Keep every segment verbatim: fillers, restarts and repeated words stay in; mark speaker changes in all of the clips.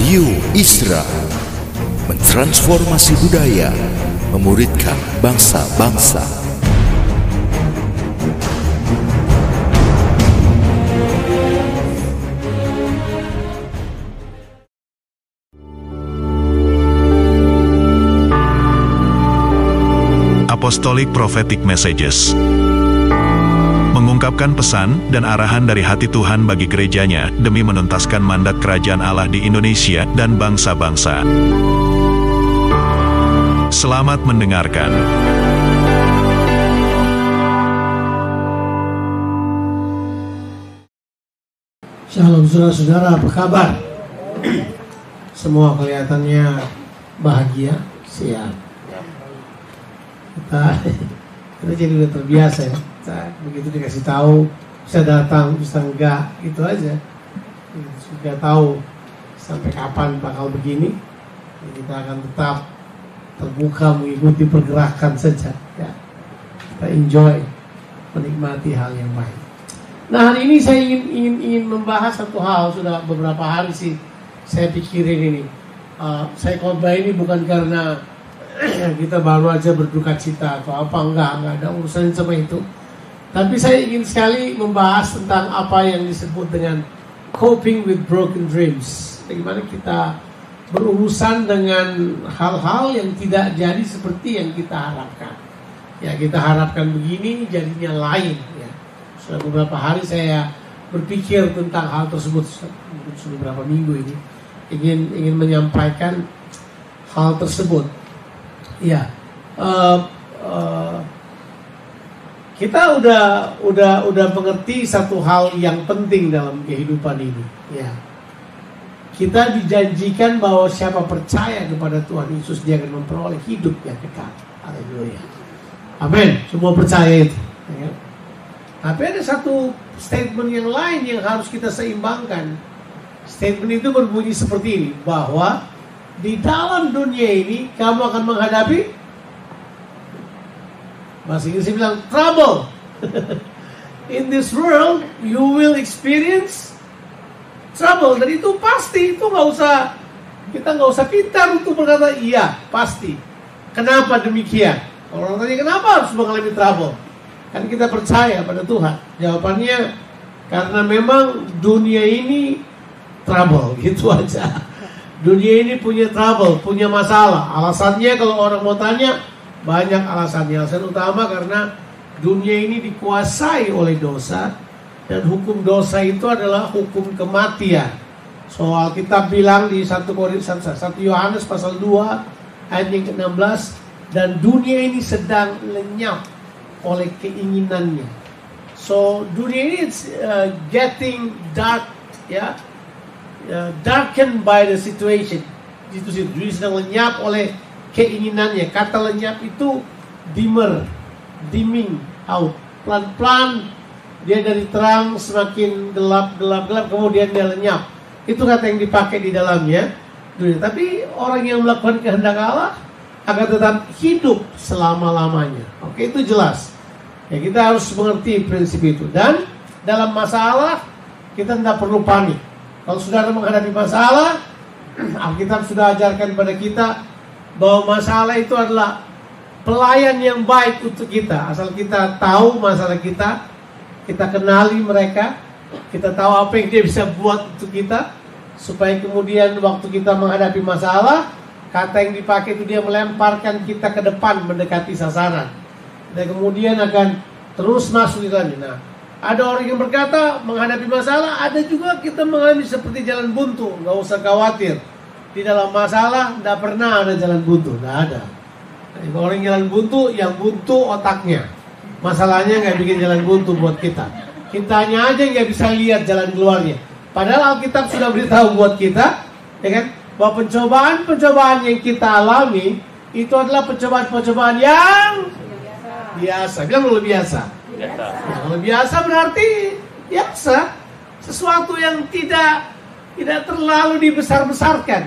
Speaker 1: Radio Isra mentransformasi budaya, memuridkan bangsa-bangsa.
Speaker 2: Apostolic Prophetic Messages mengungkapkan pesan dan arahan dari hati Tuhan bagi gerejanya demi menuntaskan mandat kerajaan Allah di Indonesia dan bangsa-bangsa. Selamat mendengarkan.
Speaker 3: Shalom saudara-saudara, apa kabar? Semua kelihatannya bahagia, siap. Kita, kita jadi udah terbiasa ya. Kita, begitu dikasih tahu bisa datang, bisa enggak, gitu aja. Sudah tahu sampai kapan bakal begini, kita akan tetap terbuka mengikuti pergerakan saja. Ya. Kita enjoy, menikmati hal yang baik. Nah, hari ini saya ingin ingin ingin membahas satu hal. Sudah beberapa hari sih saya pikirin ini. Uh, saya khotbah ini bukan karena kita baru aja berduka cita atau apa, enggak, enggak ada urusan sama itu. Tapi saya ingin sekali membahas tentang apa yang disebut dengan coping with broken dreams. Bagaimana kita berurusan dengan hal-hal yang tidak jadi seperti yang kita harapkan. Ya, kita harapkan begini, jadinya lain. Ya. Sudah beberapa hari saya berpikir tentang hal tersebut, sudah beberapa minggu ini ingin ingin menyampaikan hal tersebut. Ya, uh, uh, kita udah udah udah mengerti satu hal yang penting dalam kehidupan ini. Ya, kita dijanjikan bahwa siapa percaya kepada Tuhan Yesus dia akan memperoleh hidup yang kekal. Haleluya. Amin. Semua percaya itu. Ya. Tapi ada satu statement yang lain yang harus kita seimbangkan. Statement itu berbunyi seperti ini, bahwa di dalam dunia ini kamu akan menghadapi, bahasa Inggris bilang trouble. In this world you will experience trouble. Dan itu pasti, itu nggak usah, kita nggak usah pintar untuk berkata iya pasti. Kenapa demikian? Kalau orang tanya kenapa harus mengalami trouble, kan kita percaya pada Tuhan. Jawabannya karena memang dunia ini trouble, gitu aja. Dunia ini punya trouble, punya masalah. Alasannya kalau orang mau tanya, banyak alasannya. Alasan utama karena dunia ini dikuasai oleh dosa, dan hukum dosa itu adalah hukum kematian. Soal Alkitab bilang di satu Yohanes pasal dua ayat yang ke enam belas, dan dunia ini sedang lenyap oleh keinginannya. So dunia ini it's, uh, getting dark, ya. Uh, darkened by the situation. Itu sih, dunia sedang lenyap oleh keinginannya. Kata lenyap itu dimmer, dimming out. Pelan-pelan dia dari terang semakin gelap, gelap, gelap, kemudian dia lenyap. Itu kata yang dipakai di dalamnya dunia. Tapi orang yang melakukan kehendak Allah akan tetap hidup selama-lamanya. Oke, itu jelas. Ya, kita harus mengerti prinsip itu. Dan dalam masalah kita tidak perlu panik. Kalau saudara menghadapi masalah, Alkitab sudah ajarkan pada kita bahwa masalah itu adalah pelayan yang baik untuk kita. Asal kita tahu masalah kita, kita kenali mereka, kita tahu apa yang dia bisa buat untuk kita, supaya kemudian waktu kita menghadapi masalah, kata yang dipakai itu dia melemparkan kita ke depan mendekati sasaran. Dan kemudian akan terus masuk di dalamnya. Nah, ada orang yang berkata menghadapi masalah, ada juga kita mengalami seperti jalan buntu. Nggak usah khawatir, di dalam masalah tidak pernah ada jalan buntu, tidak ada. Nah, orang jalan buntu, yang buntu otaknya. Masalahnya nggak bikin jalan buntu buat kita. Kitanya aja nggak bisa lihat jalan keluarnya. Padahal Alkitab sudah beritahu buat kita, ya kan, bahwa pencobaan-pencobaan yang kita alami itu adalah pencobaan-pencobaan yang biasa. Biasa, bilang dulu biasa. Ya, kalau biasa berarti biasa, sesuatu yang tidak tidak terlalu dibesar-besarkan,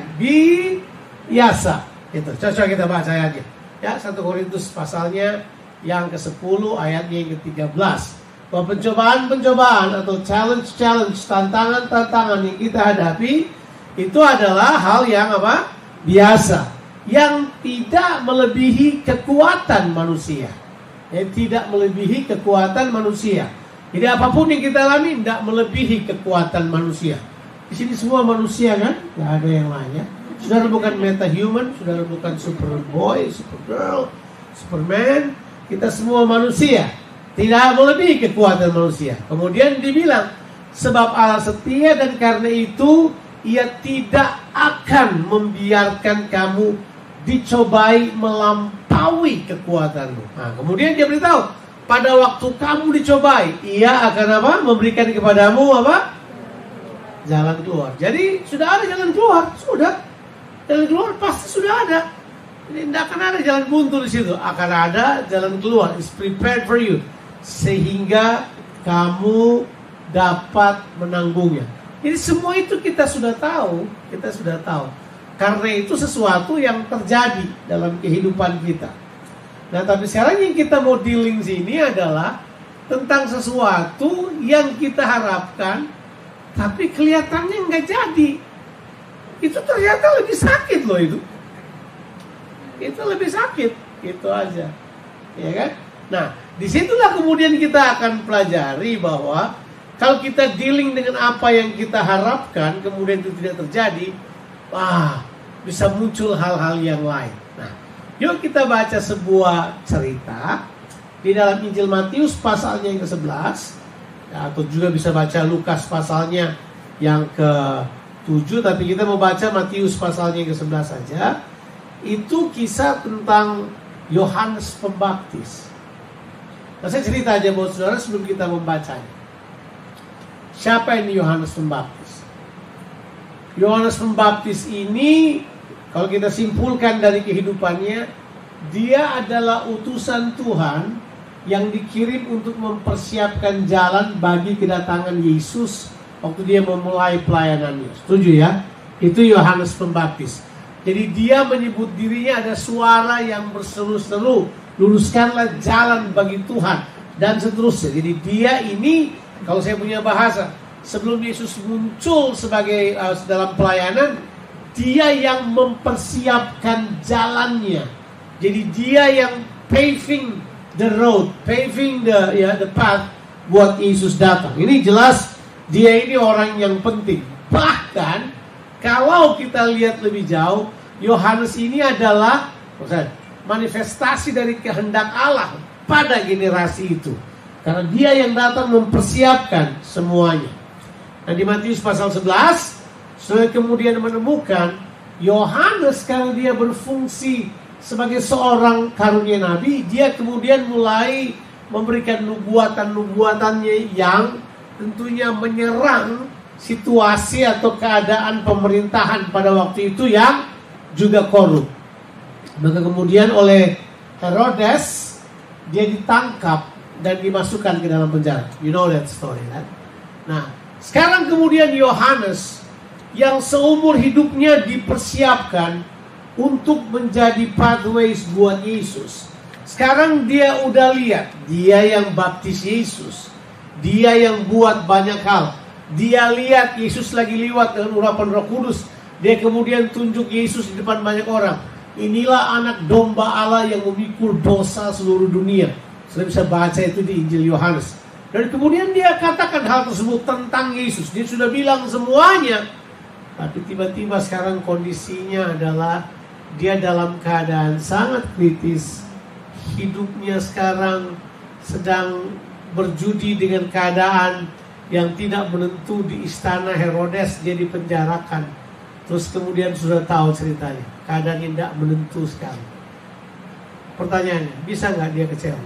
Speaker 3: biasa. Itu cocok kita baca ayatnya. Ya, satu Korintus pasalnya yang ke sepuluh ayatnya yang ke tiga belas. Bahwa pencobaan-pencobaan atau challenge-challenge, tantangan-tantangan yang kita hadapi Itu adalah hal yang apa? Biasa, yang tidak melebihi kekuatan manusia. Yang tidak melebihi kekuatan manusia. Jadi apapun yang kita alami tidak melebihi kekuatan manusia. Di sini semua manusia kan, nggak ada yang lainnya. Saudara bukan metahuman, saudara bukan superboy, supergirl, superman. Kita semua manusia, tidak melebihi kekuatan manusia. Kemudian dibilang, sebab Allah setia dan karena itu Ia tidak akan membiarkan kamu dicobai melampaui kekuatanmu. Nah, kemudian dia beritahu, pada waktu kamu dicobai, Ia akan apa? Memberikan kepadamu apa? Jalan keluar. Jadi sudah ada jalan keluar, sudah. Jalan keluar pasti sudah ada. Jadi tidak akan ada jalan buntu di situ. Akan ada jalan keluar. It's prepared for you. Sehingga kamu dapat menanggungnya. Jadi semua itu kita sudah tahu. Kita sudah tahu. Karena itu sesuatu yang terjadi dalam kehidupan kita. Nah, tapi sekarang yang kita mau dealing sini adalah tentang sesuatu yang kita harapkan, tapi kelihatannya nggak jadi. Itu ternyata lebih sakit loh itu. Itu lebih sakit, itu aja, ya kan? Nah, disitulah kemudian kita akan pelajari bahwa kalau kita dealing dengan apa yang kita harapkan, kemudian itu tidak terjadi, wah, bisa muncul hal-hal yang lain. Nah, yuk kita baca sebuah cerita di dalam Injil Matius pasalnya yang kesebelas, ya, atau juga bisa baca Lukas pasalnya yang ke tujuh, tapi kita mau baca Matius pasalnya yang kesebelas saja. Itu kisah tentang Yohanes Pembaptis. Nah, saya cerita aja buat saudara sebelum kita membacanya. Siapa ini Yohanes Pembaptis? Yohanes Pembaptis ini, kalau kita simpulkan dari kehidupannya, dia adalah utusan Tuhan yang dikirim untuk mempersiapkan jalan bagi kedatangan Yesus waktu dia memulai pelayanannya. Setuju ya? Itu Yohanes Pembaptis. Jadi dia menyebut dirinya ada suara yang berseru-seru, luruskanlah jalan bagi Tuhan, dan seterusnya. Jadi dia ini, kalau saya punya bahasa, sebelum Yesus muncul sebagai uh, dalam pelayanan, dia yang mempersiapkan jalannya. Jadi dia yang paving the road, paving the ya the path buat Yesus datang. Ini jelas dia ini orang yang penting. Bahkan kalau kita lihat lebih jauh, Yohanes ini adalah manifestasi dari kehendak Allah pada generasi itu. Karena dia yang datang mempersiapkan semuanya. Nah, di Matius pasal sebelas, saya kemudian menemukan Yohanes karena dia berfungsi sebagai seorang karunia nabi, dia kemudian mulai memberikan nubuatan-nubuatannya yang tentunya menyerang situasi atau keadaan pemerintahan pada waktu itu yang juga korup. Maka kemudian oleh Herodes dia ditangkap dan dimasukkan ke dalam penjara. You know that story, kan? Nah, sekarang kemudian Yohanes yang seumur hidupnya dipersiapkan untuk menjadi pathways buat Yesus. Sekarang dia udah lihat, dia yang baptis Yesus, dia yang buat banyak hal. Dia lihat Yesus lagi liwat dengan urapan Roh Kudus. Dia kemudian tunjuk Yesus di depan banyak orang. Inilah anak domba Allah yang memikul dosa seluruh dunia. Saya bisa baca itu di Injil Yohanes. Dan kemudian dia katakan hal tersebut tentang Yesus. Dia sudah bilang semuanya. Tapi tiba-tiba sekarang kondisinya adalah dia dalam keadaan sangat kritis. Hidupnya sekarang sedang berjudi dengan keadaan yang tidak menentu di istana Herodes, dia dipenjarakan. Terus kemudian sudah tahu ceritanya, keadaan yang tidak menentu sekali. Pertanyaannya, bisa nggak dia kecewa?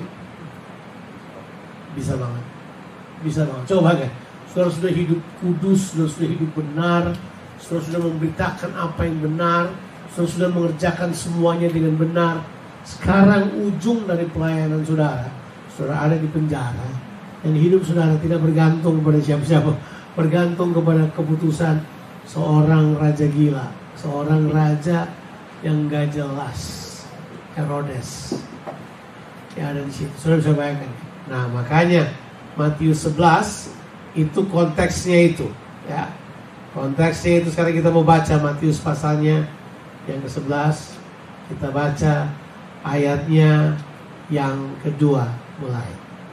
Speaker 3: Bisa banget, bisa banget. Coba kan, saudara sudah hidup kudus, saudara sudah hidup benar, saudara sudah memberitakan apa yang benar, saudara sudah mengerjakan semuanya dengan benar. Sekarang ujung dari pelayanan saudara, saudara ada di penjara. Dan hidup saudara tidak bergantung kepada siapa-siapa, bergantung kepada keputusan seorang raja gila, seorang raja yang gak jelas, Herodes yang ada di situ. Saudara bisa bayangkan. Nah, makanya Matius sebelas itu konteksnya itu, ya. Konteksnya itu sekarang kita mau baca Matius pasalnya yang ke sebelas. Kita baca ayatnya yang kedua mulai.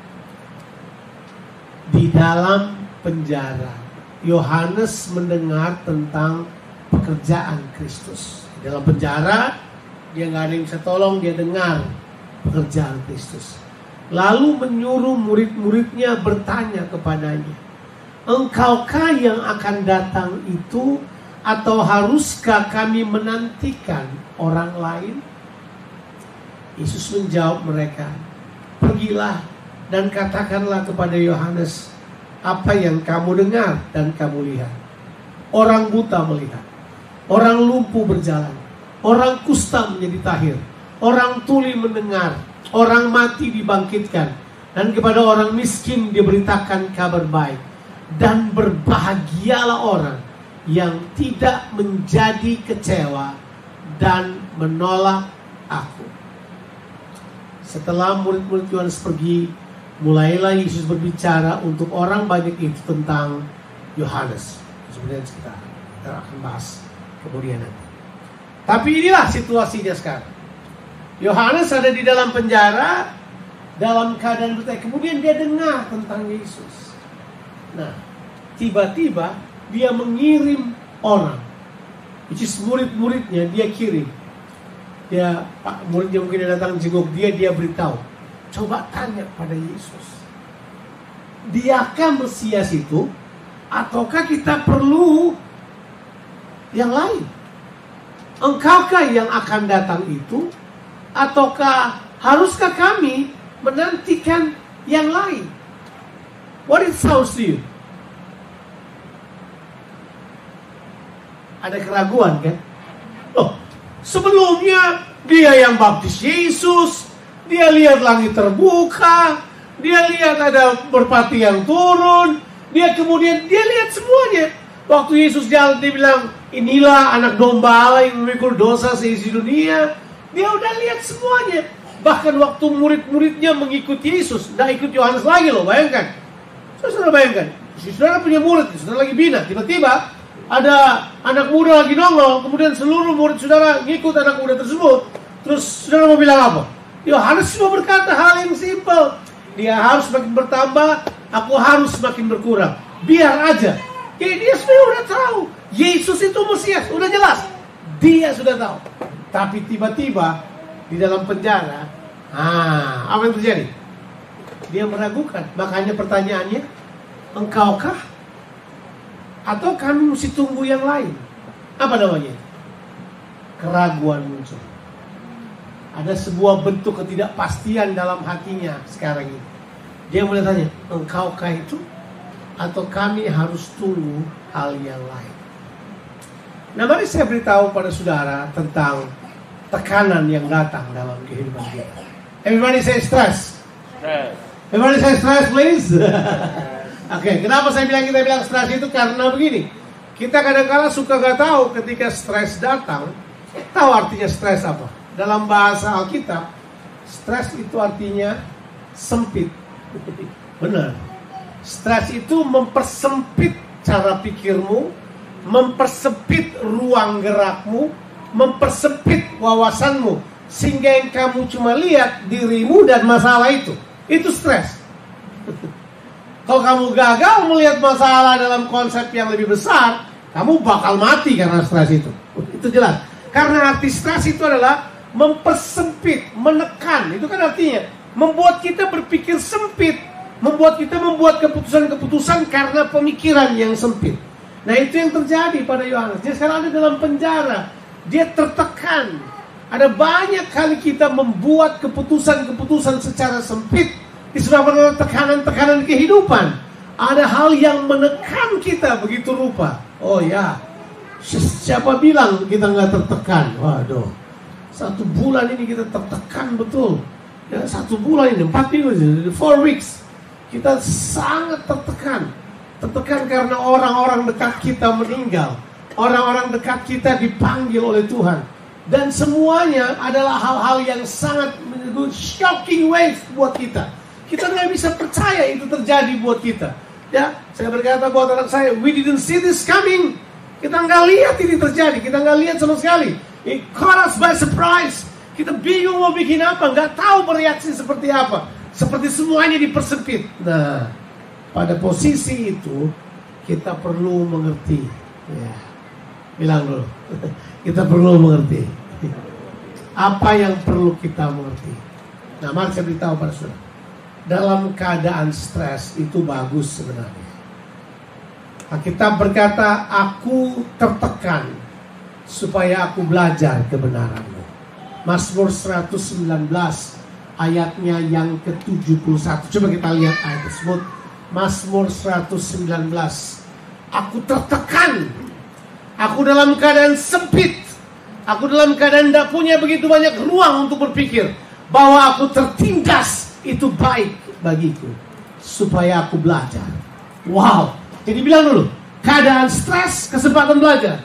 Speaker 3: Di dalam penjara, Yohanes mendengar tentang pekerjaan Kristus. Di dalam penjara, dia nggak ada yang bisa tolong, dia dengar pekerjaan Kristus. Lalu menyuruh murid-muridnya bertanya kepadanya, engkaukah yang akan datang itu, atau haruskah kami menantikan orang lain? Yesus menjawab mereka, pergilah dan katakanlah kepada Yohanes apa yang kamu dengar dan kamu lihat. Orang buta melihat, orang lumpuh berjalan, orang kusta menjadi tahir, orang tuli mendengar, orang mati dibangkitkan, dan kepada orang miskin diberitakan kabar baik. Dan berbahagialah orang yang tidak menjadi kecewa dan menolak aku. Setelah murid-murid Yohanes pergi, mulailah Yesus berbicara untuk orang banyak itu tentang Yohanes. Sebenarnya kita, kita akan bahas kemudian nanti. Tapi inilah situasinya sekarang. Yohanes ada di dalam penjara, dalam keadaan bertanya. Kemudian dia dengar tentang Yesus. Nah, tiba-tiba dia mengirim orang, which is murid-muridnya, dia kirim. Dia, pak muridnya mungkin dia datang jenguk dia, dia beritahu, coba tanya pada Yesus, diakah Mesias itu, ataukah kita perlu yang lain? Engkaukah yang akan datang itu, ataukah haruskah kami menantikan yang lain? What it sounds to you? Ada keraguan kan? Loh, sebelumnya dia yang baptis Yesus, dia lihat langit terbuka, dia lihat ada merpati yang turun, dia kemudian dia lihat semuanya. Waktu Yesus jalan dia bilang, inilah anak domba Allah yang memikul dosa seisi dunia. Dia udah lihat semuanya. Bahkan waktu murid-muridnya mengikuti Yesus, nggak ikut Yohanes lagi loh, bayangkan. Saudara bayangkan, saudara punya murid, saudara lagi bina, tiba-tiba ada anak muda lagi nongol, kemudian seluruh murid saudara ngikut anak muda tersebut. Terus saudara mau bilang apa? Yohanes cuma berkata hal yang simpel, dia harus semakin bertambah, aku harus semakin berkurang. Biar aja. Ya, dia sudah udah tahu Yesus itu Mesias, udah jelas. Dia sudah tahu. Tapi tiba-tiba di dalam penjara, ah, apa yang terjadi? Dia meragukan. Makanya pertanyaannya, engkaukah? Atau kami mesti tunggu yang lain? Apa namanya? Keraguan muncul. Ada sebuah bentuk ketidakpastian dalam hatinya sekarang ini. Dia mulai tanya, engkaukah itu? Atau kami harus tunggu hal yang lain? Nah, mari saya beritahu pada saudara tentang tekanan yang datang dalam kehidupan kita. Everybody say stress. Stress. Everybody say stress, please. Oke, okay, kenapa saya bilang kita bilang stres itu? Karena begini, kita kadang-kadang suka gak tahu ketika stres datang, tahu artinya stres apa? Dalam bahasa Alkitab, stres itu artinya sempit. Benar. Stres itu mempersempit cara pikirmu, mempersempit ruang gerakmu, mempersempit wawasanmu, sehingga yang kamu cuma lihat dirimu dan masalah itu. Itu stres. Kalau kamu gagal melihat masalah dalam konsep yang lebih besar, kamu bakal mati karena stres itu. Itu jelas. Karena arti stres itu adalah mempersempit, menekan. Itu kan artinya membuat kita berpikir sempit, membuat kita membuat keputusan-keputusan karena pemikiran yang sempit. Nah, itu yang terjadi pada Yohanes. Dia sekarang ada dalam penjara. Dia tertekan. Ada banyak kali kita membuat keputusan-keputusan secara sempit disebabkan oleh tekanan-tekanan kehidupan. Ada hal yang menekan kita begitu rupa. Oh ya, siapa bilang kita nggak tertekan? Waduh, satu bulan ini kita tertekan betul. Ya, satu bulan ini, empat minggu, four weeks. Kita sangat tertekan. Tertekan karena orang-orang dekat kita meninggal. Orang-orang dekat kita dipanggil oleh Tuhan. Dan semuanya adalah hal-hal yang sangat menurut shocking waves buat kita. Kita nggak bisa percaya itu terjadi buat kita. Ya, saya berkata buat anak saya, we didn't see this coming. Kita nggak lihat ini terjadi, kita nggak lihat sama sekali. It caught us by surprise. Kita bingung mau bikin apa, nggak tahu bereaksi seperti apa. Seperti semuanya dipersempit. Nah, pada posisi itu kita perlu mengerti. Ya, bilang dulu, kita perlu mengerti. Apa yang perlu kita mengerti? Nah, mari saya beritahu pada saudara. Dalam keadaan stres itu bagus sebenarnya. Alkitab berkata, aku tertekan supaya aku belajar kebenaran-Mu. Mazmur seratus sembilan belas ayatnya yang ke tujuh puluh satu. Coba kita lihat ayat tersebut. Mazmur seratus sembilan belas. Aku tertekan. Aku dalam keadaan sempit. Aku dalam keadaan tidak punya begitu banyak ruang untuk berpikir. Bahwa aku tertindas itu baik bagiku. Supaya aku belajar. Wow. Jadi bilang dulu, keadaan stres, kesempatan belajar.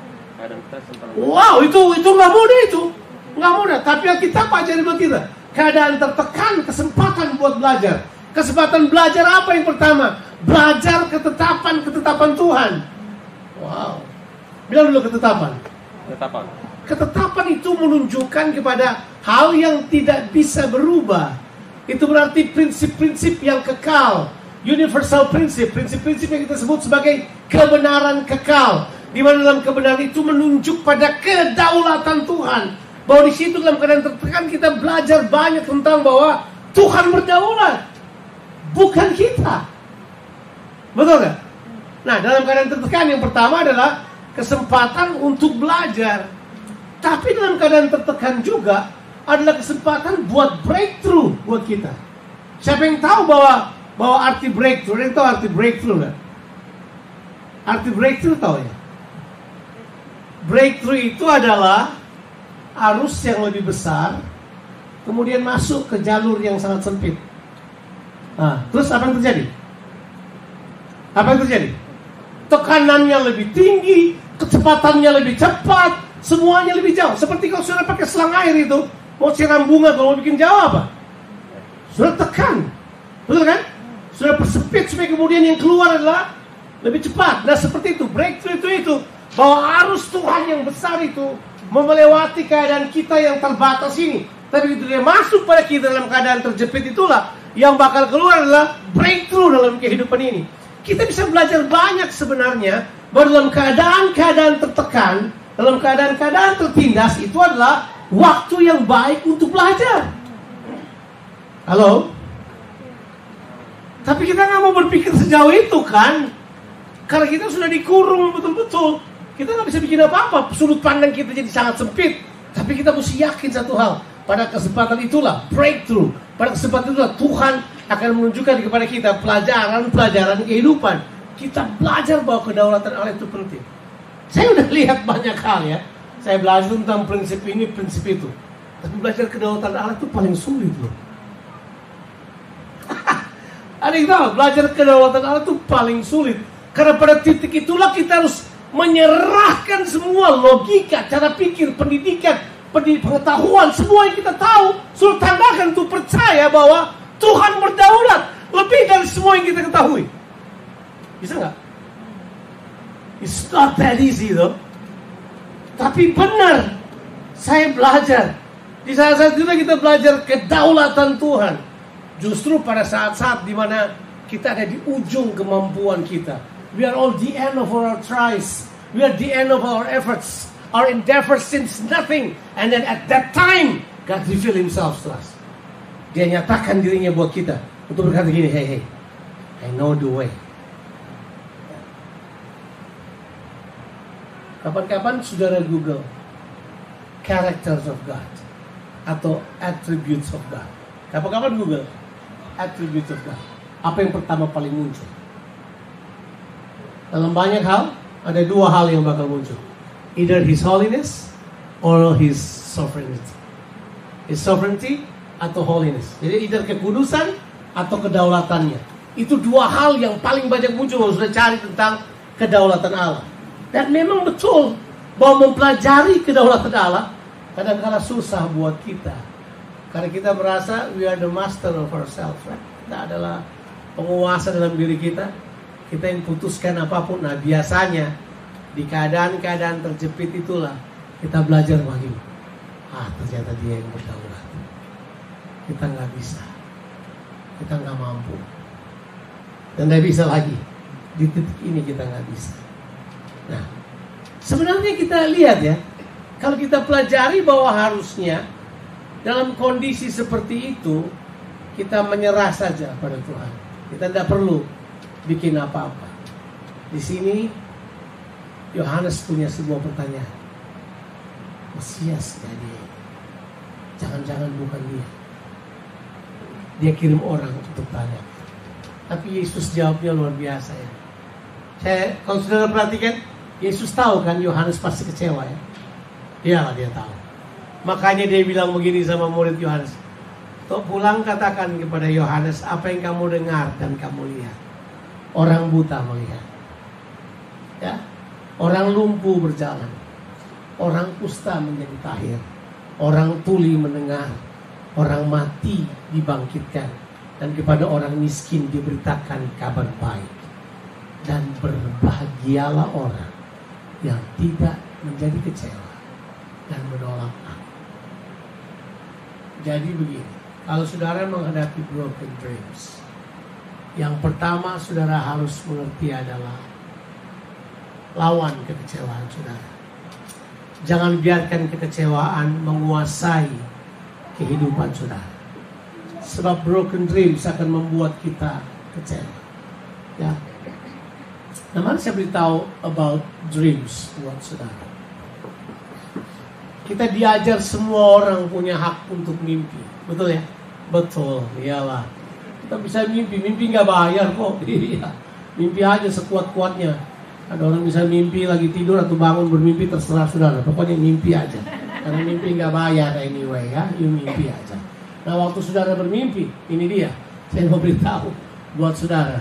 Speaker 3: Wow, itu itu nggak mudah itu, nggak mudah. Tapi yang kita pelajari buat kita, keadaan tertekan, kesempatan buat belajar. Kesempatan belajar apa yang pertama? Belajar ketetapan ketetapan Tuhan. Wow, bilang dulu ketetapan.
Speaker 4: Ketetapan.
Speaker 3: Ketetapan itu menunjukkan kepada hal yang tidak bisa berubah. Itu berarti prinsip-prinsip yang kekal. Universal prinsip, prinsip-prinsip yang kita sebut sebagai kebenaran kekal, di mana dalam kebenaran itu menunjuk pada kedaulatan Tuhan. Bahwa di situ dalam keadaan tertekan kita belajar banyak tentang bahwa Tuhan berdaulat, bukan kita. Betul gak? Nah, dalam keadaan tertekan yang pertama adalah kesempatan untuk belajar. Tapi dalam keadaan tertekan juga adalah kesempatan buat breakthrough buat kita. Siapa yang tahu bahwa Bahwa arti breakthrough, ada yang tahu arti breakthrough kan? Arti breakthrough tahu ya? Breakthrough itu adalah arus yang lebih besar, kemudian masuk ke jalur yang sangat sempit. Nah, terus apa yang terjadi? Apa yang terjadi? Tekanannya lebih tinggi, kecepatannya lebih cepat, semuanya lebih jauh. Seperti kalau sudah pakai selang air itu, mau siram bunga, kalau mau bikin jauh apa? Sudah tekan, betul kan? Sudah persempit supaya kemudian yang keluar adalah lebih cepat. Nah seperti itu, breakthrough itu itu bahwa arus Tuhan yang besar itu melewati keadaan kita yang terbatas ini. Tapi itu dia masuk pada kita dalam keadaan terjepit, itulah yang bakal keluar adalah breakthrough dalam kehidupan ini. Kita bisa belajar banyak sebenarnya bahwa dalam keadaan-keadaan tertekan, dalam keadaan-keadaan tertindas, itu adalah waktu yang baik untuk belajar. Halo? Tapi kita nggak mau berpikir sejauh itu kan? Karena kita sudah dikurung betul-betul. Kita nggak bisa bikin apa-apa. Sudut pandang kita jadi sangat sempit. Tapi kita mesti yakin satu hal. Pada kesempatan itulah breakthrough. Pada kesempatan itulah Tuhan akan menunjukkan kepada kita pelajaran-pelajaran kehidupan. Kita belajar bahwa kedaulatan Allah itu penting. Saya udah lihat banyak hal ya. Saya belajar tentang prinsip ini, prinsip itu. Tapi belajar kedaulatan Allah itu paling sulit loh. Ada yang tahu, belajar kedaulatan Allah itu paling sulit. Karena pada titik itulah kita harus menyerahkan semua logika, cara pikir, pendidikan, pengetahuan, semua yang kita tahu. Suruh tandakan untuk percaya bahwa Tuhan berdaulat lebih dari semua yang kita ketahui. Bisa nggak? It's not that easy though. Tapi benar, saya belajar. Di saat-saat itu kita belajar kedaulatan Tuhan. Justru pada saat-saat di mana kita ada di ujung kemampuan kita. We are all the end of our tries. We are the end of our efforts. Our endeavors since nothing. And then at that time, God reveal Himself to us. Dia nyatakan dirinya buat kita. Untuk berkata gini, hey, hey, I know the way. Kapan-kapan saudara Google characters of God atau attributes of God. Kapan-kapan Google attributes of God. Apa yang pertama paling muncul? Dalam banyak hal, ada dua hal yang bakal muncul. Either His holiness or His sovereignty. His sovereignty atau holiness. Jadi either kekudusan atau kedaulatannya. Itu dua hal yang paling banyak muncul kalau sudah cari tentang kedaulatan Allah. Dan memang betul bahwa mempelajari kedaulatan Allah kadang-kadang susah buat kita. Karena kita merasa we are the master of ourselves, right? Kita adalah penguasa dalam diri kita. Kita yang putuskan apapun. Nah biasanya Di keadaan-keadaan terjepit itulah kita belajar lagi. Ah, ternyata dia yang berdaulat. Kita nggak bisa. Kita nggak mampu. Dan nggak bisa lagi. Di titik ini kita nggak bisa. Nah, sebenarnya kita lihat ya, kalau kita pelajari bahwa harusnya dalam kondisi seperti itu kita menyerah saja pada Tuhan. Kita tidak perlu bikin apa-apa. Di sini Yohanes punya sebuah pertanyaan. Mesias jadi, jangan-jangan bukan dia. Dia kirim orang untuk tanya. Tapi Yesus jawabnya luar biasa ya. Saya, kalau saudara perhatikan, Yesus tahu kan Yohanes pasti kecewa ya. Iyalah dia tahu. Makanya dia bilang begini sama murid Yohanes. Tok pulang katakan kepada Yohanes apa yang kamu dengar dan kamu lihat. Orang buta melihat. Ya. Orang lumpuh berjalan. Orang kusta menjadi tahir. Orang tuli mendengar. Orang mati dibangkitkan. Dan kepada orang miskin diberitakan kabar baik. Dan berbahagialah orang yang tidak menjadi kecewa dan menolak aku. Jadi begini, kalau saudara menghadapi broken dreams, yang pertama saudara harus mengerti adalah lawan kekecewaan saudara. Jangan biarkan kekecewaan menguasai kehidupan saudara. Sebab broken dreams akan membuat kita kecewa. Ya. Nah, mari saya beritahu about dreams buat saudara. Kita diajar semua orang punya hak untuk mimpi. Betul ya? Betul, iyalah. Kita bisa mimpi, mimpi nggak bayar kok. Iya. Mimpi aja sekuat-kuatnya. Ada orang bisa mimpi lagi tidur atau bangun bermimpi, terserah saudara. Pokoknya mimpi aja. Karena mimpi nggak bayar anyway ya, you mimpi aja. Nah, waktu saudara bermimpi, ini dia. Saya mau beritahu buat saudara.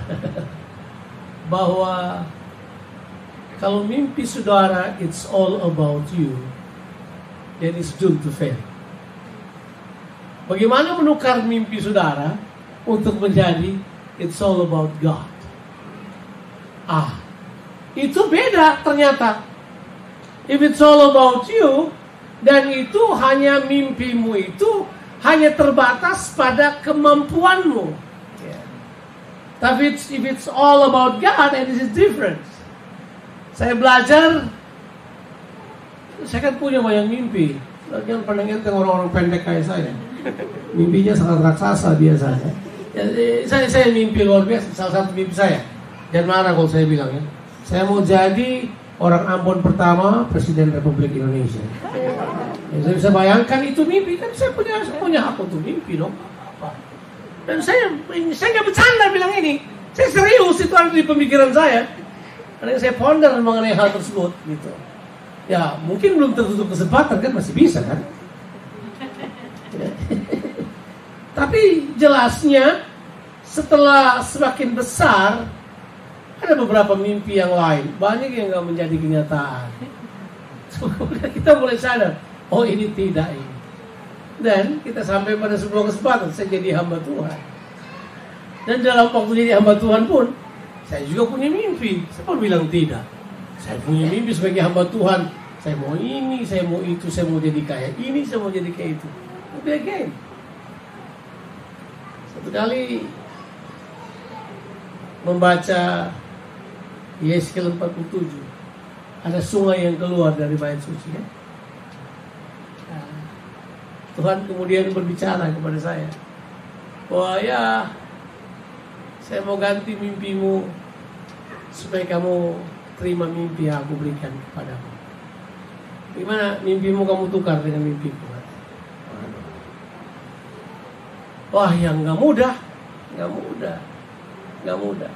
Speaker 3: Bahwa kalau mimpi saudara it's all about you, then it's doomed to fail. Bagaimana menukar mimpi saudara untuk menjadi it's all about God? Ah, itu beda ternyata. If it's all about you, dan itu hanya mimpimu itu hanya terbatas pada kemampuanmu. Yeah. Tapi it's, if it's all about God, and this is different. Saya belajar, saya kan punya banyak mimpi. Jangan pernah ingat orang-orang pendek kayak saya. Mimpinya sangat raksasa biasanya. Ya, saya, saya mimpi luar biasa. Salah satu mimpi saya. Jangan marah kalau saya bilang ya. Saya mau jadi orang Ambon pertama Presiden Republik Indonesia. Ya, saya bisa bayangkan itu mimpi, kan saya punya saya punya hak untuk mimpi dong. Apa? Dan saya saya nggak bercanda bilang ini. Saya serius, itu ada di pemikiran saya. Karena saya ponder mengenai hal tersebut gitu. Ya mungkin belum tertutup kesempatan kan, masih bisa kan. Ya. Tapi jelasnya setelah semakin besar ada beberapa mimpi yang lain, banyak yang nggak menjadi kenyataan. Kita mulai sadar, oh ini tidak ini. Dan kita sampai pada sebuah kesempatan, saya jadi hamba Tuhan. Dan dalam waktu jadi hamba Tuhan pun, saya juga punya mimpi. Siapa bilang tidak? Saya punya mimpi sebagai hamba Tuhan. Saya mau ini, saya mau itu, saya mau jadi kayak ini, saya mau jadi kayak itu. Tapi again, satu kali membaca Yeskel empat puluh tujuh, ada sungai yang keluar dari bait suci ya. Tuhan kemudian berbicara kepada saya, wah ya, saya mau ganti mimpimu supaya kamu terima mimpi yang aku berikan kepadamu. Gimana mimpimu kamu tukar dengan mimpiku? Wah, yang nggak mudah, nggak mudah, nggak mudah.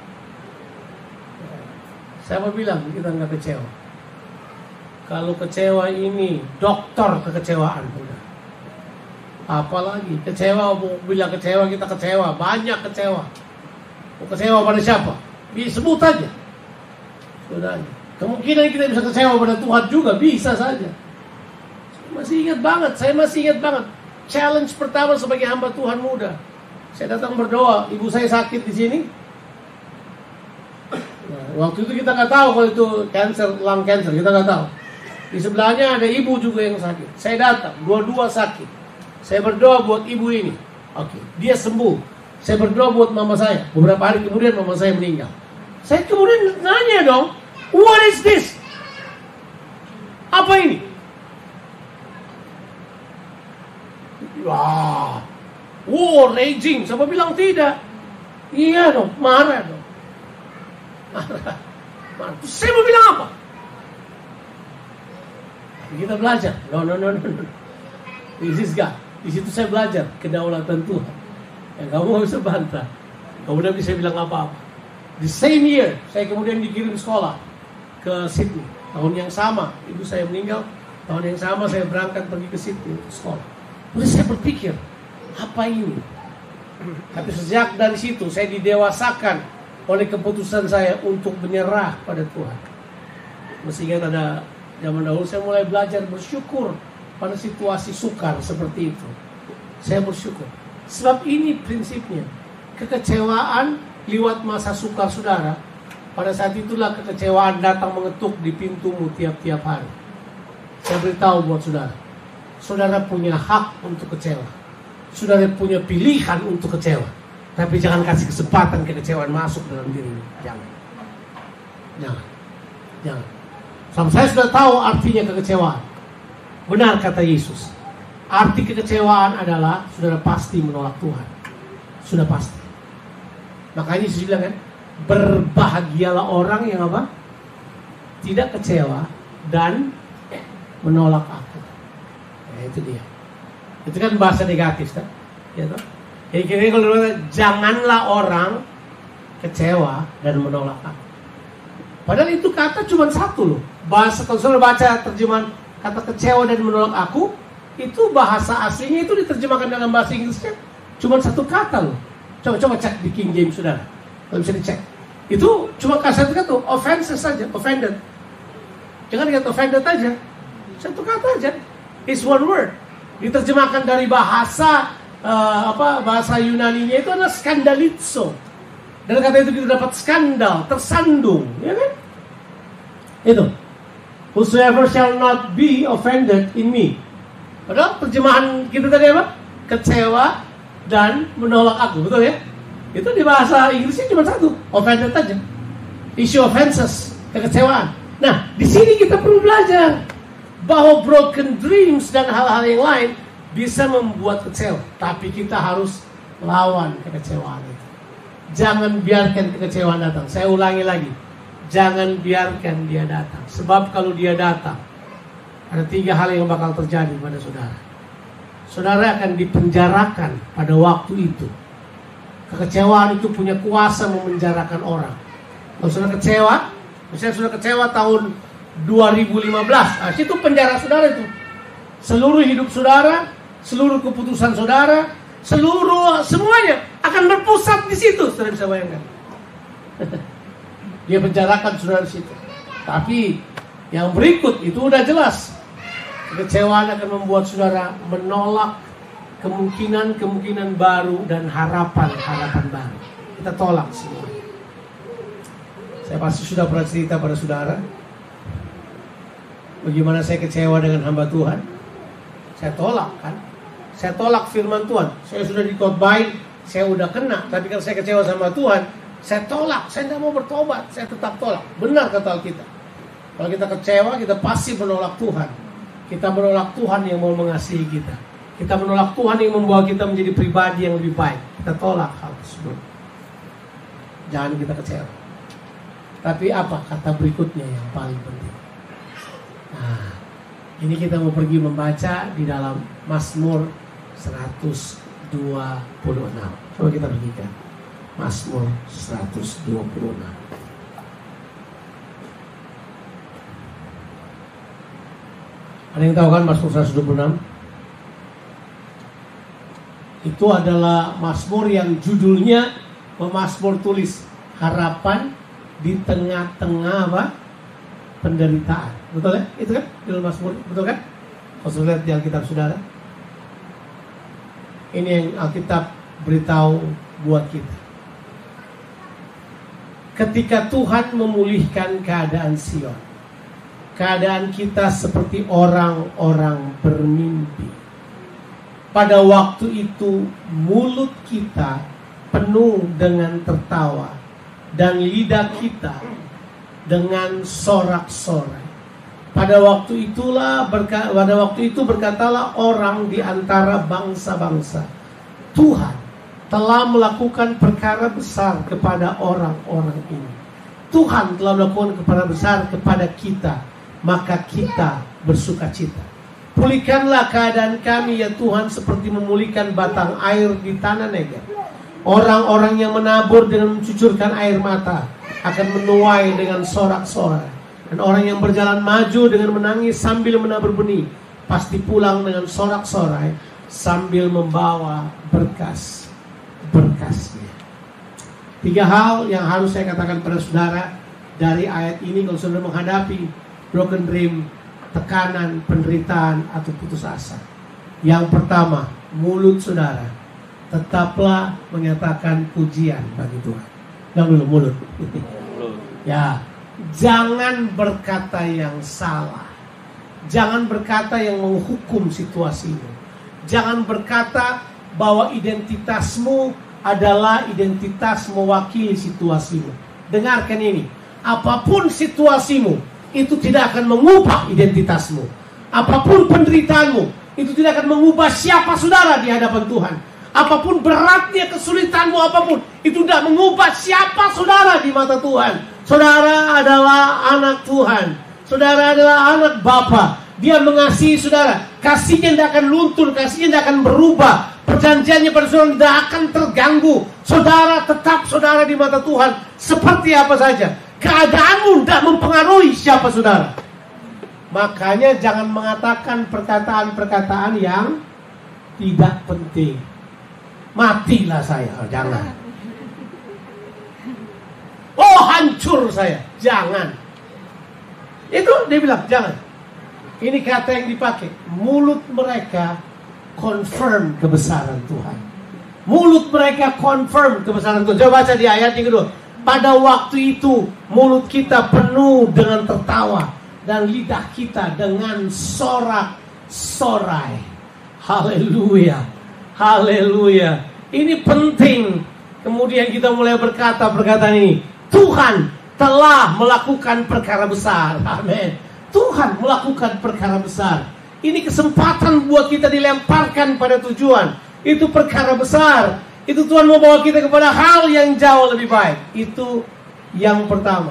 Speaker 3: Siapa bilang kita nggak kecewa? Kalau kecewa ini dokter kekecewaan udah. Apalagi kecewa, bila kecewa kita kecewa, banyak kecewa. Mau kecewa pada siapa? Disebut aja. Sudah. Kemungkinan kita bisa kecewa pada Tuhan juga, bisa saja. Saya masih ingat banget, saya masih ingat banget. Challenge pertama sebagai hamba Tuhan muda. Saya datang berdoa, ibu saya sakit di sini. Nah, Waktu itu kita nggak tahu kalau itu cancer, lung cancer, kita nggak tahu. Di sebelahnya ada ibu juga yang sakit. Saya datang, dua-dua sakit. Saya berdoa buat ibu ini. Oke, dia sembuh. Saya berdoa buat mama saya. Beberapa hari kemudian mama saya meninggal. Saya kemudian nanya dong, what is this? Apa ini? Wah, war raging. Siapa bilang tidak? Iya dong, marah dong. Marah. Marah. Terus saya mau bilang apa? Kita belajar. No, no, no, no. This is God. Di situ saya belajar kedaulatan Tuhan. Yang kamu gak bisa bantah. Kemudian bisa bilang apa-apa. The same year, saya kemudian dikirim sekolah ke Sydney. Tahun yang sama, ibu saya meninggal. Tahun yang sama saya berangkat pergi ke Sydney untuk sekolah. Terus saya berpikir, apa ini? Tapi sejak dari situ, saya didewasakan oleh keputusan saya untuk menyerah pada Tuhan. Masih ingat ada zaman dahulu saya mulai belajar bersyukur pada situasi sukar seperti itu. Saya bersyukur. Sebab ini prinsipnya. Kekecewaan lewat masa sukar saudara. Pada saat itulah kekecewaan datang mengetuk di pintumu tiap-tiap hari. Saya beritahu buat saudara. Saudara punya hak untuk kecewa. Saudara punya pilihan untuk kecewa. Tapi jangan kasih kesempatan kekecewaan masuk dalam dirimu. Jangan. Jangan. Jangan. Sampai saya sudah tahu artinya kekecewaan. Benar kata Yesus. Arti kekecewaan adalah saudara pasti menolak Tuhan. Sudah pasti. Makanya Yesus bilang kan, berbahagialah orang yang apa? Tidak kecewa dan menolak aku. Nah, itu dia. Itu kan bahasa negatif kan? Ya toh? Jadi kira-kira kalau dikata, janganlah orang kecewa dan menolak aku. Padahal itu kata cuma satu loh. Bahasa kalau saudara baca terjemahan kata kecewa dan menolak aku, itu bahasa aslinya itu diterjemahkan dalam bahasa Inggrisnya cuma satu kata loh. Coba-coba cek di King James saudara. Kalau bisa dicek. Itu cuma satu kata, offenses saja, offended. Jangan lihat offended aja. Satu kata aja. It's one word. Diterjemahkan dari bahasa uh, apa bahasa Yunani-nya itu adalah skandalizo. Dan kata itu kita dapat skandal, tersandung, ya kan? Itu. Whosoever shall not be offended in me. Padahal terjemahan kita tadi apa? Kecewa dan menolak aku, betul ya? Itu di bahasa Inggrisnya cuma satu, offended aja. Issue offenses, kekecewaan. Nah, di sini kita perlu belajar bahwa broken dreams dan hal-hal yang lain bisa membuat kecewa, tapi kita harus lawan kekecewaan itu. Jangan biarkan kekecewaan datang. Saya ulangi lagi, jangan biarkan dia datang. Sebab kalau dia datang, ada tiga hal yang bakal terjadi pada saudara. Saudara akan dipenjarakan pada waktu itu. Kekecewaan itu punya kuasa memenjarakan orang. Kalau saudara kecewa, misalnya saudara kecewa tahun dua ribu lima belas, nah, itu penjara saudara itu. Seluruh hidup saudara, seluruh keputusan saudara, seluruh semuanya akan berpusat di situ. Saudara bisa bayangkan. Dia penjarakan saudara di situ. Tapi yang berikut itu udah jelas. Kekecewaan akan membuat saudara menolak kemungkinan-kemungkinan baru dan harapan-harapan baru. Kita tolak semua. Saya pasti sudah pernah cerita pada saudara bagaimana saya kecewa dengan hamba Tuhan. Saya tolak kan. Saya tolak firman Tuhan. Saya sudah dikotbahin, saya udah kena. Tapi kalau saya kecewa sama Tuhan, saya tolak. Saya tidak mau bertobat, saya tetap tolak. Benar kata Alkitab. Kalau kita kecewa, kita pasti menolak Tuhan. Kita menolak Tuhan yang mau mengasihi kita. Kita menolak Tuhan yang membawa kita menjadi pribadi yang lebih baik. Kita tolak hal tersebut. Jangan kita kecewa. Tapi apa kata berikutnya yang paling penting? Nah, ini kita mau pergi membaca di dalam Mazmur seratus dua puluh enam. Coba kita pergikan Mazmur seratus dua puluh enam. Ada yang tahu kan Mazmur seratus dua puluh enam? Itu adalah Mazmur yang judulnya Mazmur tulis harapan di tengah-tengah apa? Penderitaan. Betul ya? Itu kan judul Mazmur, betul kan? Kalau sudah lihat di Alkitab saudara. Ini yang Alkitab beritahu buat kita. ketika Tuhan memulihkan keadaan Sion. Keadaan kita seperti orang-orang bermimpi. Pada waktu itu mulut kita penuh dengan tertawa dan lidah kita dengan sorak-sorai. Pada waktu itulah berka, pada waktu itu berkatalah orang di antara bangsa-bangsa, Tuhan telah melakukan perkara besar kepada orang-orang ini. Tuhan telah melakukan perkara besar kepada kita, maka kita bersukacita. Pulihkanlah keadaan kami ya Tuhan, seperti memulihkan batang air di tanah Negev. Orang-orang yang menabur dengan mencucurkan air mata akan menuai dengan sorak-sorai. Dan orang yang berjalan maju dengan menangis sambil menabur benih pasti pulang dengan sorak-sorai sambil membawa berkas-berkasnya. Tiga hal yang harus saya katakan pada saudara dari ayat ini kalau saudara menghadapi broken dream, tekanan, penderitaan, atau putus asa. Yang pertama, mulut saudara tetaplah menyatakan pujian bagi Tuhan. Yang dulu mulut. Ya, jangan berkata yang salah. Jangan berkata yang menghukum situasimu. Jangan berkata bahwa identitasmu adalah identitas mewakili situasimu. Dengarkan ini. Apapun situasimu, itu tidak akan mengubah identitasmu. Apapun penderitaanmu, itu tidak akan mengubah siapa saudara di hadapan Tuhan. Apapun beratnya kesulitanmu apapun, itu tidak mengubah siapa saudara di mata Tuhan. Saudara adalah anak Tuhan. Saudara adalah anak Bapa. Dia mengasihi saudara. Kasihnya tidak akan luntur, kasihnya tidak akan berubah. Perjanjiannya pada saudara tidak akan terganggu. Saudara tetap saudara di mata Tuhan seperti apa saja. Keadaanmu tidak mempengaruhi siapa saudara. Makanya jangan mengatakan perkataan-perkataan yang tidak penting. Matilah saya, oh, jangan. Oh, hancur saya, jangan. Itu dia bilang jangan. Ini kata yang dipakai. Mulut mereka confirm kebesaran Tuhan. Mulut mereka confirm kebesaran Tuhan. Coba baca di ayat yang kedua. Pada waktu itu mulut kita penuh dengan tertawa dan lidah kita dengan sorak-sorai. Haleluya. Haleluya. Ini penting. Kemudian kita mulai berkata perkataan ini. Tuhan telah melakukan perkara besar. Amin. Tuhan melakukan perkara besar. Ini kesempatan buat kita dilemparkan pada tujuan. Itu perkara besar. Itu Tuhan mau bawa kita kepada hal yang jauh lebih baik. Itu yang pertama.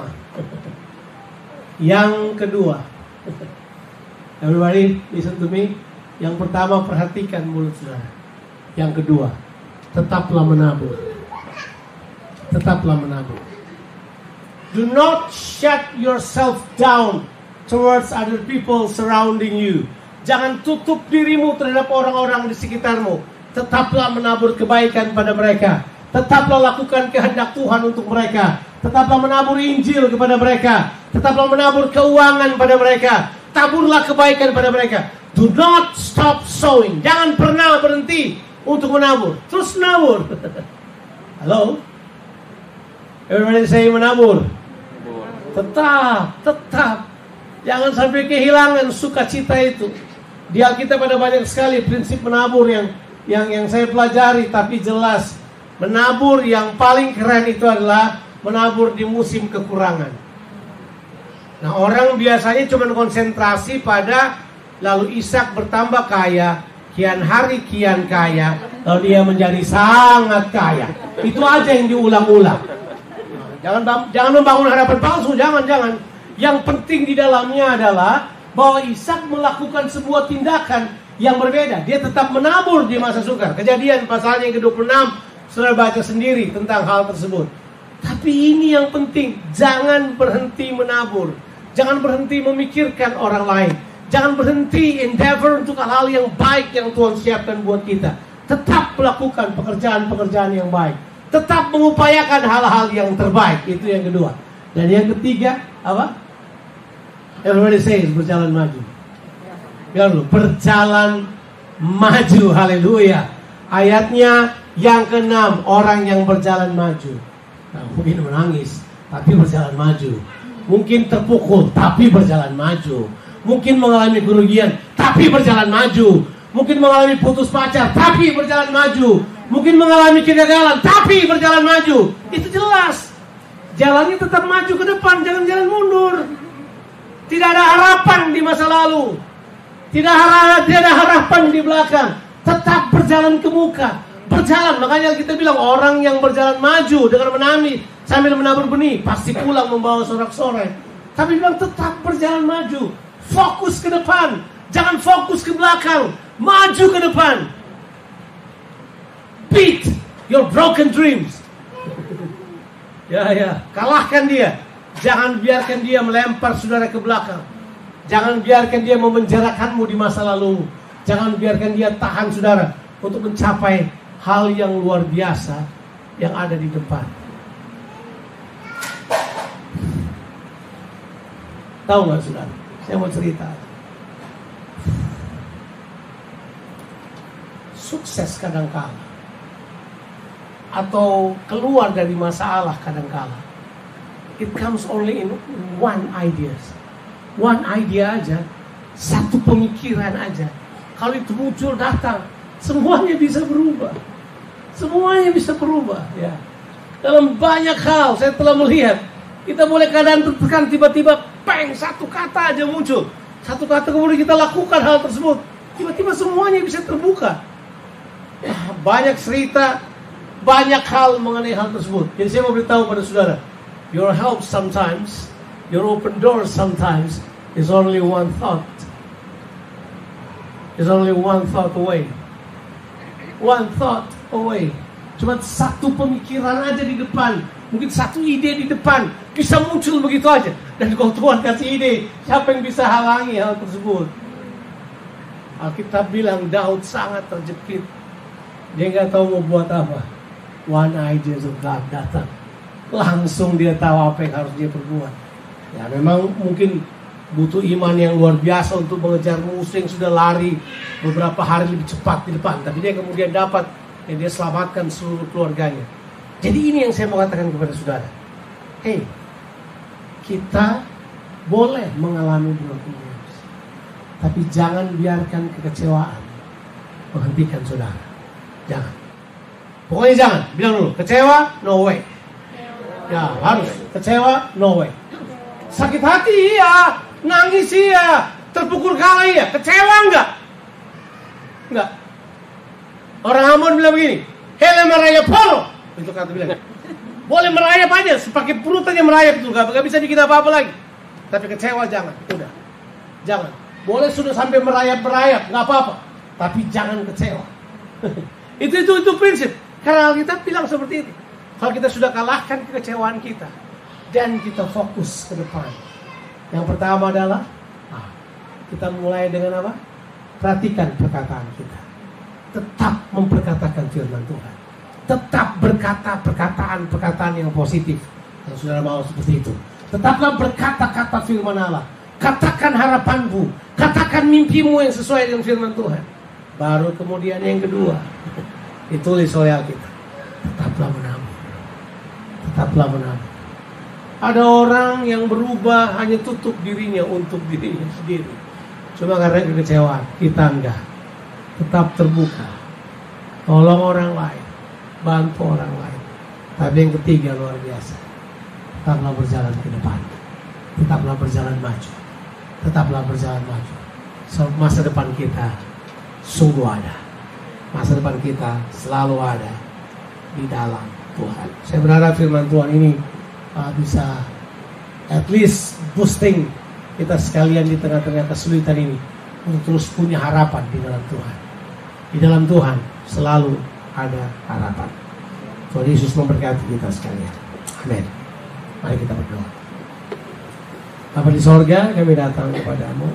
Speaker 3: Yang kedua. Everybody listen to me. Yang pertama, perhatikan mulut saudara. Yang kedua, tetaplah menabur. Tetaplah menabur. Do not shut yourself down towards other people surrounding you. Jangan tutup dirimu terhadap orang-orang di sekitarmu. Tetaplah menabur kebaikan pada mereka. Tetaplah lakukan kehendak Tuhan untuk mereka. Tetaplah menabur Injil kepada mereka. Tetaplah menabur keuangan pada mereka. Taburlah kebaikan pada mereka. Do not stop sowing. Jangan pernah berhenti untuk menabur. Terus menabur. Halo? Everybody say menabur. Tetap, tetap. Jangan sampai kehilangan sukacita itu. Di Alkitab ada banyak sekali prinsip menabur yang yang yang saya pelajari, tapi jelas menabur yang paling keren itu adalah menabur di musim kekurangan. Nah, orang biasanya cuma konsentrasi pada lalu Ishak bertambah kaya, kian hari kian kaya, lalu dia menjadi sangat kaya. Itu aja yang diulang-ulang. Jangan jangan membangun harapan palsu, jangan jangan. Yang penting di dalamnya adalah bahwa Ishak melakukan sebuah tindakan yang berbeda. Dia tetap menabur di masa sukar. Kejadian pasalnya yang ke dua puluh enam, saudara baca sendiri tentang hal tersebut. Tapi ini yang penting, jangan berhenti menabur. Jangan berhenti memikirkan orang lain. Jangan berhenti endeavor untuk hal-hal yang baik yang Tuhan siapkan buat kita. Tetap melakukan pekerjaan-pekerjaan yang baik. Tetap mengupayakan hal-hal yang terbaik. Itu yang kedua. Dan yang ketiga, apa? Everybody says, berjalan maju. Biar dulu, berjalan maju. Haleluya. Ayatnya yang keenam, orang yang berjalan maju. Nah, mungkin menangis. tapi berjalan maju. Mungkin terpukul, tapi berjalan maju. Mungkin mengalami kerugian, tapi berjalan maju. Mungkin mengalami putus pacar, tapi berjalan maju. Mungkin mengalami kegagalan, tapi berjalan maju. Itu jelas. Jalannya tetap maju ke depan, jangan jalan mundur. Tidak ada harapan di masa lalu. Tidak ada, tidak ada harapan di belakang. Tetap berjalan ke muka. Berjalan, makanya kita bilang orang yang berjalan maju dengan menami sambil menabur benih pasti pulang membawa sorak-sorai. Tapi bilang tetap berjalan maju, fokus ke depan, jangan fokus ke belakang, maju ke depan. Beat your broken dreams. Ya ya, kalahkan dia. Jangan biarkan dia melempar saudara ke belakang. Jangan biarkan dia memenjarakanmu di masa lalu. Jangan biarkan dia tahan saudara untuk mencapai hal yang luar biasa yang ada di depan. Tahu nggak saudara? Saya mau cerita. Sukses kadangkala atau keluar dari masalah kadangkala, it comes only in one idea. One idea aja, satu pemikiran aja. Kalau itu muncul datang, semuanya bisa berubah. Semuanya bisa berubah, ya. Dalam banyak hal saya telah melihat, kita boleh keadaan tertekan, tiba-tiba peng, satu kata aja muncul. Satu kata kemudian kita lakukan hal tersebut, tiba-tiba semuanya bisa terbuka. Ya, banyak cerita, banyak hal mengenai hal tersebut. Jadi saya mau beritahu pada saudara, your help sometimes, your open door sometimes is only one thought. Is only one thought away. One thought away. Cuma satu pemikiran aja di depan, mungkin satu ide di depan bisa muncul begitu aja. Dan kalau Tuhan kasih ide, siapa yang bisa halangi hal tersebut? Alkitab bilang Daud sangat terjepit. Dia nggak tahu mau buat apa. One idea of God datang, langsung dia tahu apa yang harus dia perbuat. Ya memang mungkin butuh iman yang luar biasa untuk mengejar musuh yang sudah lari beberapa hari lebih cepat di depan. Tapi dia kemudian dapat, ya dia selamatkan seluruh keluarganya. Jadi ini yang saya mau katakan kepada saudara. Hei, kita boleh mengalami broken news, tapi jangan biarkan kekecewaan menghentikan saudara. Jangan. Pokoknya jangan. Bilang dulu, kecewa, no way. Ya harus, kecewa, no way. Sakit hati, iya. Nangis iya, terpukul kalah iya, kecewa enggak? Enggak. Orang Ambon bilang begini, hele merayap polo, itu kata bilang. Boleh merayap aja, sepakai perut aja merayap itu, gak bisa bikin apa-apa lagi. Tapi kecewa jangan, udah, jangan. Boleh sudah sampai merayap-merayap, nggak apa-apa, tapi jangan kecewa. itu itu itu prinsip. Karena kita bilang seperti itu. Kalau kita sudah kalahkan kekecewaan kita dan kita fokus ke depan. Yang pertama adalah ah, kita mulai dengan apa? Perhatikan perkataan kita. Tetap memperkatakan firman Tuhan. Tetap berkata perkataan-perkataan yang positif. Kalau saudara mau seperti itu, tetaplah berkata-kata firman Allah. Katakan harapanmu, katakan mimpimu yang sesuai dengan firman Tuhan. Baru kemudian yang kedua, ditulis oleh Alkitab. Tetaplah menabur. Tetaplah menabur. Ada orang yang berubah hanya tutup dirinya untuk dirinya sendiri. Cuma karena kekecewaan. Kita enggak. Tetap terbuka. Tolong orang lain. Bantu orang lain. Tapi yang ketiga luar biasa. Tetaplah berjalan ke depan. Tetaplah berjalan maju. Tetaplah berjalan maju. So, masa depan kita sungguh ada. Masa depan kita selalu ada di dalam Tuhan. Saya berharap firman Tuhan ini bisa at least boosting kita sekalian di tengah-tengah kesulitan ini untuk terus punya harapan di dalam Tuhan. Di dalam Tuhan selalu ada harapan. Tuhan Yesus memberkati kita sekalian. Amin. Mari kita berdoa. Bapa di sorga, kami datang kepadamu.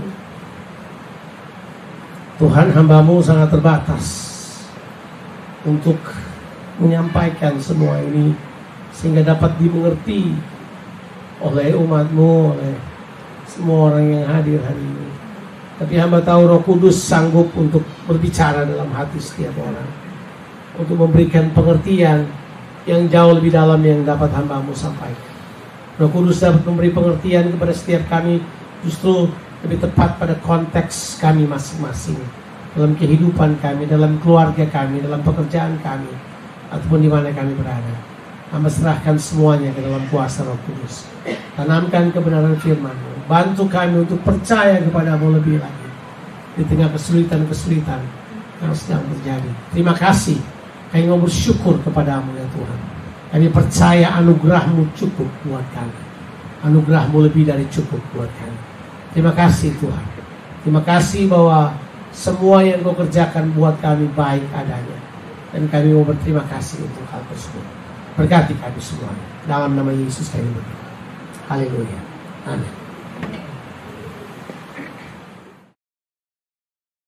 Speaker 3: Tuhan, hamba-Mu sangat terbatas untuk menyampaikan semua ini sehingga dapat dimengerti oleh umat-Mu, oleh semua orang yang hadir hari ini. Tapi hamba tahu Roh Kudus sanggup untuk berbicara dalam hati setiap orang, untuk memberikan pengertian yang jauh lebih dalam yang dapat hamba-Mu sampaikan. Roh Kudus dapat memberi pengertian kepada setiap kami, justru lebih tepat pada konteks kami masing-masing, dalam kehidupan kami, dalam keluarga kami, dalam pekerjaan kami, ataupun di mana kami berada. Hamba serahkan semuanya ke dalam kuasa Roh Kudus. Tanamkan kebenaran firman-Mu. Bantu kami untuk percaya kepada-Mu lebih lagi di tengah kesulitan-kesulitan yang sedang terjadi. Terima kasih. Kami mau bersyukur kepada-Mu ya Tuhan. Kami percaya anugerah-Mu cukup buat kami. Anugerah-Mu lebih dari cukup buat kami. Terima kasih Tuhan. Terima kasih bahwa semua yang Kau kerjakan buat kami baik adanya. Dan kami mau berterima kasih untuk hal tersebut. Berkati kami semua. Dalam nama Yesus kami berdoa. Haleluya. Amin.